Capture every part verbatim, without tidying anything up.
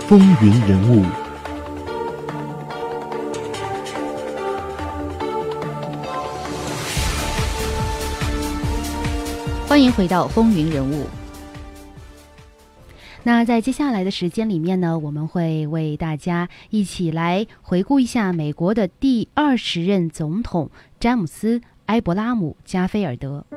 风云人物。 欢迎回到风云人物。那在接下来的时间里面呢，我们会为大家一起来回顾一下美国的第二十任总统詹姆斯·埃伯拉姆·加菲尔德。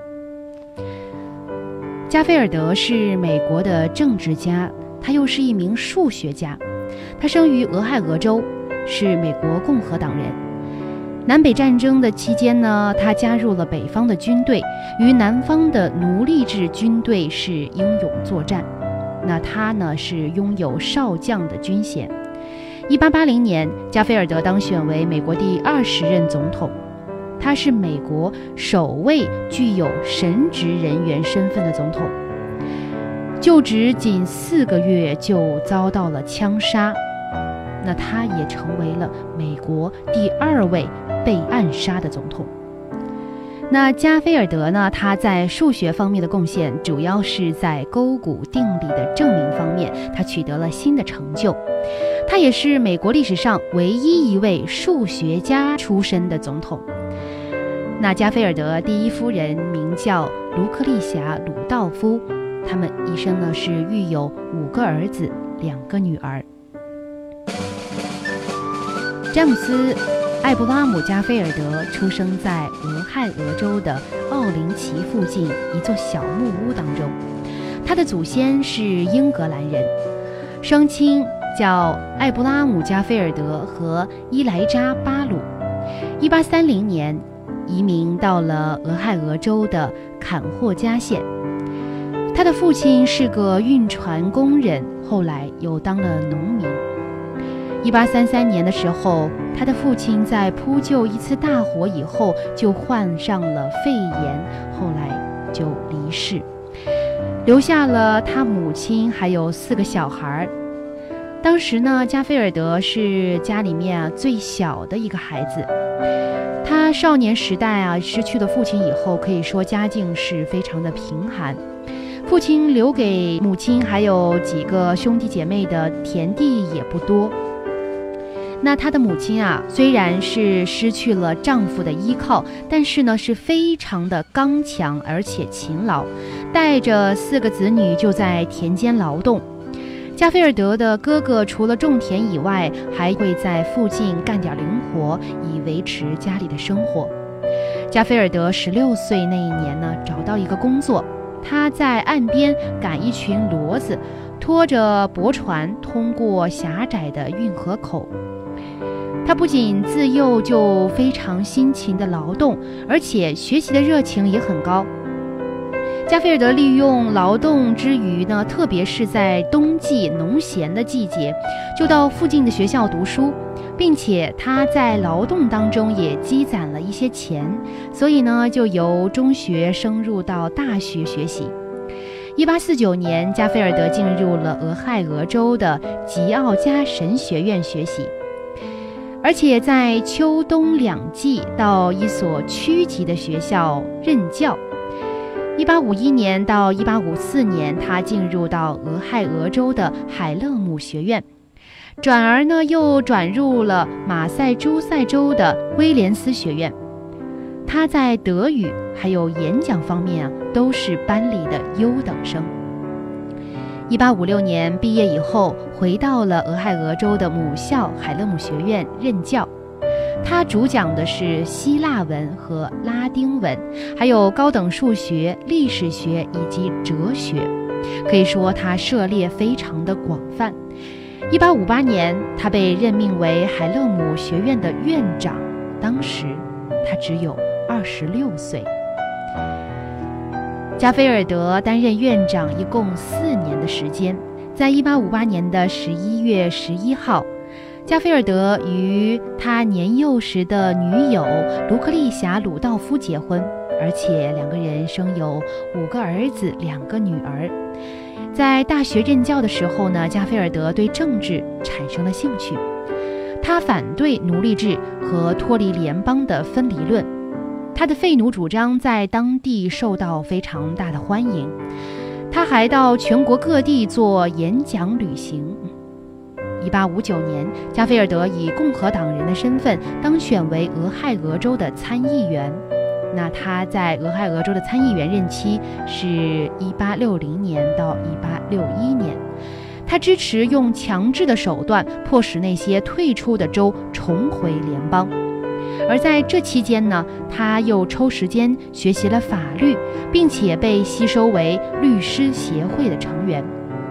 加菲尔德是美国的政治家，他又是一名数学家。他生于俄亥俄州，是美国共和党人。南北战争的期间呢，他加入了北方的军队，与南方的奴隶制军队是英勇作战。那他呢是拥有少将的军衔。一八八零年，加菲尔德当选为美国第二十任总统。他是美国首位具有神职人员身份的总统。就职仅四个月就遭到了枪杀，那他也成为了美国第二位被暗杀的总统。那加菲尔德呢，他在数学方面的贡献主要是在勾股定理的证明方面，他取得了新的成就。他也是美国历史上唯一一位数学家出身的总统。那加菲尔德第一夫人名叫卢克丽霞·鲁道夫，他们一生呢是育有五个儿子，两个女儿。詹姆斯·埃伯拉姆·加菲尔德出生在俄亥俄州的奥林奇附近一座小木屋当中。他的祖先是英格兰人，双亲叫埃伯拉姆·加菲尔德和伊莱扎·巴鲁。一八三零年移民到了俄亥俄州的坎霍加县。他的父亲是个运船工人，后来又当了农民。一八三三年的时候，他的父亲在扑救一次大火以后就患上了肺炎，后来就离世，留下了他母亲还有四个小孩。当时呢，加菲尔德是家里面啊最小的一个孩子。他少年时代啊失去了父亲以后，可以说家境是非常的贫寒。父亲留给母亲还有几个兄弟姐妹的田地也不多。那他的母亲啊，虽然是失去了丈夫的依靠，但是呢是非常的刚强而且勤劳，带着四个子女就在田间劳动。加菲尔德的哥哥除了种田以外，还会在附近干点零活，以维持家里的生活。加菲尔德十六岁那一年呢，找到一个工作，他在岸边赶一群骡子，拖着驳船通过狭窄的运河口。他不仅自幼就非常辛勤的劳动，而且学习的热情也很高。加菲尔德利用劳动之余呢，特别是在冬季农闲的季节，就到附近的学校读书，并且他在劳动当中也积攒了一些钱，所以呢，就由中学升入到大学学习。一八四九年，加菲尔德进入了俄亥俄州的吉奥加神学院学习，而且在秋冬两季到一所区级的学校任教。一八五一年到一八五四年，他进入到俄亥俄州的海勒姆学院，转而呢又转入了马赛诸塞州的威廉斯学院。他在德语还有演讲方面啊，都是班里的优等生。一八五六年毕业以后，回到了俄亥俄州的母校海勒姆学院任教。他主讲的是希腊文和拉丁文，还有高等数学、历史学以及哲学，可以说他涉猎非常的广泛。一八五八年，他被任命为海勒姆学院的院长，当时他只有二十六岁。加菲尔德担任院长一共四年的时间，在一八五八年的十一月十一号，加菲尔德与他年幼时的女友卢克丽霞·鲁道夫结婚，而且两个人生有五个儿子，两个女儿。在大学任教的时候呢，加菲尔德对政治产生了兴趣，他反对奴隶制和脱离联邦的分离论。他的废奴主张在当地受到非常大的欢迎，他还到全国各地做演讲旅行。 一八五九年，加菲尔德以共和党人的身份当选为俄亥俄州的参议员。那他在俄亥俄州的参议员任期是一八六零年到一八六一年。他支持用强制的手段迫使那些退出的州重回联邦。而在这期间呢，他又抽时间学习了法律，并且被吸收为律师协会的成员。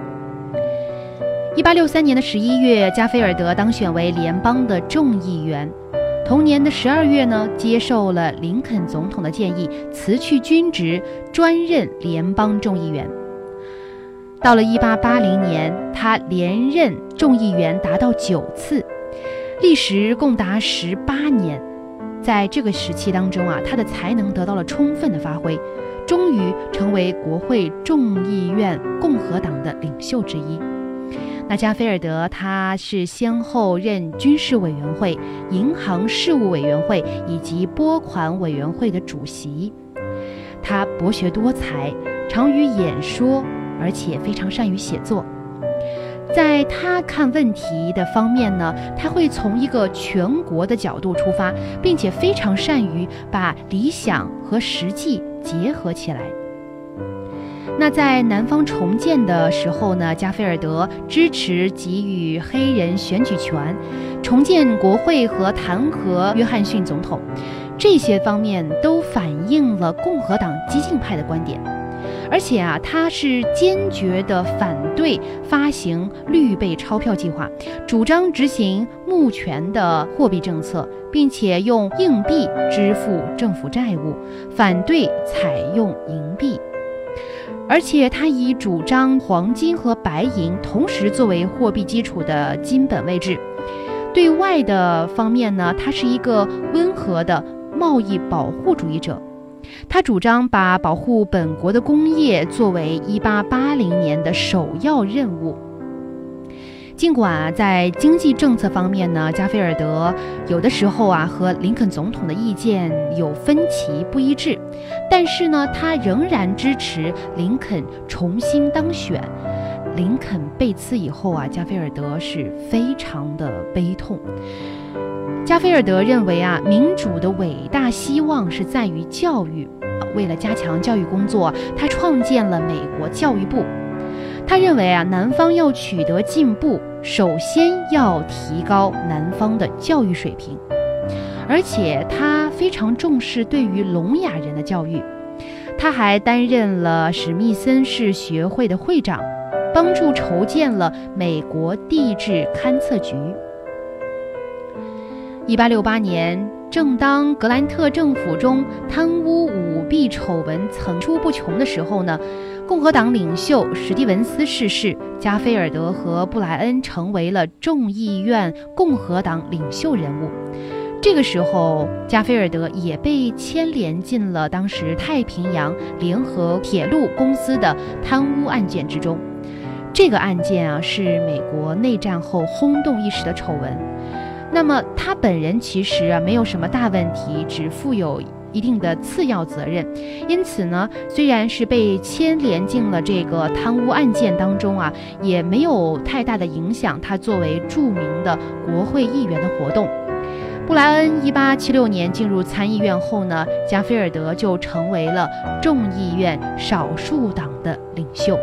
一八六三年的十一月，加菲尔德当选为联邦的众议员。同年的十二月呢，接受了林肯总统的建议，辞去军职，专任联邦众议员。到了一八八零年，他连任众议员达到九次，历时共达十八年。在这个时期当中啊，他的才能得到了充分的发挥，终于成为国会众议院共和党的领袖之一。那加菲尔德他是先后任军事委员会、银行事务委员会以及拨款委员会的主席。他博学多才，常于演说，而且非常善于写作。在他看问题的方面呢，他会从一个全国的角度出发，并且非常善于把理想和实际结合起来。那在南方重建的时候呢，加菲尔德支持给予黑人选举权，重建国会和弹劾约翰逊总统，这些方面都反映了共和党激进派的观点。而且啊，他是坚决地反对发行绿背钞票计划，主张执行目权的货币政策，并且用硬币支付政府债务，反对采用银币。而且他以主张黄金和白银同时作为货币基础的金本位制。对外的方面呢，他是一个温和的贸易保护主义者。他主张把保护本国的工业作为一八八零年的首要任务。尽管啊，在经济政策方面呢，加菲尔德有的时候啊和林肯总统的意见有分歧不一致，但是呢，他仍然支持林肯重新当选。林肯被刺以后啊，加菲尔德是非常的悲痛。加菲尔德认为啊，民主的伟大希望是在于教育。为了加强教育工作，他创建了美国教育部。他认为啊，南方要取得进步，首先要提高南方的教育水平。而且他非常重视对于聋哑人的教育。他还担任了史密森市学会的会长，帮助筹建了美国地质勘测局。一八六八年，正当格兰特政府中贪污舞弊丑闻层出不穷的时候呢，共和党领袖史蒂文斯逝世，加菲尔德和布莱恩成为了众议院共和党领袖人物。这个时候，加菲尔德也被牵连进了当时太平洋联合铁路公司的贪污案件之中。这个案件啊，是美国内战后轰动一时的丑闻。那么他本人其实啊没有什么大问题，只负有一定的次要责任。因此呢，虽然是被牵连进了这个贪污案件当中啊，也没有太大的影响他作为著名的国会议员的活动。布莱恩一八七六年进入参议院后呢，加菲尔德就成为了众议院少数党的领袖。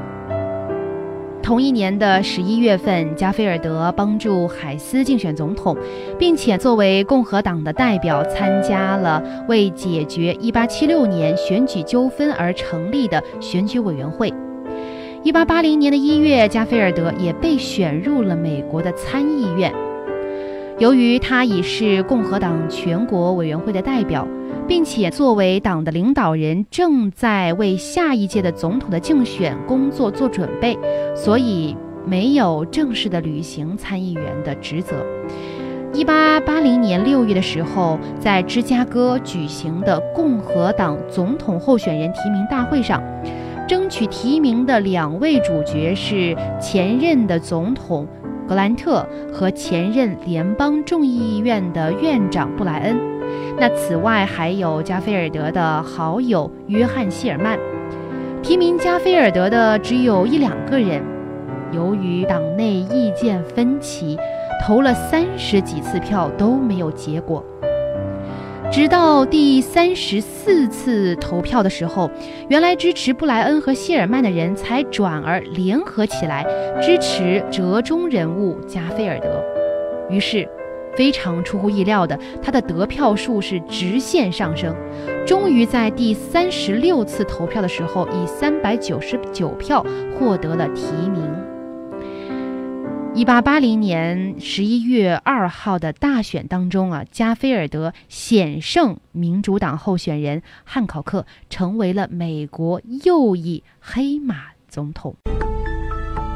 同一年的十一月份，加菲尔德帮助海斯竞选总统，并且作为共和党的代表参加了为解决一八七六年选举纠纷而成立的选举委员会。一八八零年的一月，加菲尔德也被选入了美国的参议院。由于他已是共和党全国委员会的代表，并且作为党的领导人正在为下一届的总统的竞选工作做准备，所以没有正式的履行参议员的职责。一八八零年六月的时候，在芝加哥举行的共和党总统候选人提名大会上，争取提名的两位主角是前任的总统格兰特和前任联邦众议院的院长布莱恩。那此外还有加菲尔德的好友约翰希尔曼。提名加菲尔德的只有一两个人， 由于党内意见分歧，投了三十几次票都没有结果。直到第三十四次投票的时候，原来支持布莱恩和谢尔曼的人才转而联合起来支持折中人物加菲尔德。于是非常出乎意料的，他的得票数是直线上升，终于在第三十六次投票的时候，以三百九十九票获得了提名。一八八零年十一月二号的大选当中啊，加菲尔德险胜民主党候选人汉考克，成为了美国右翼黑马总统。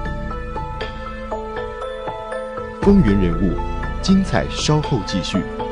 风云人物，精彩稍后继续。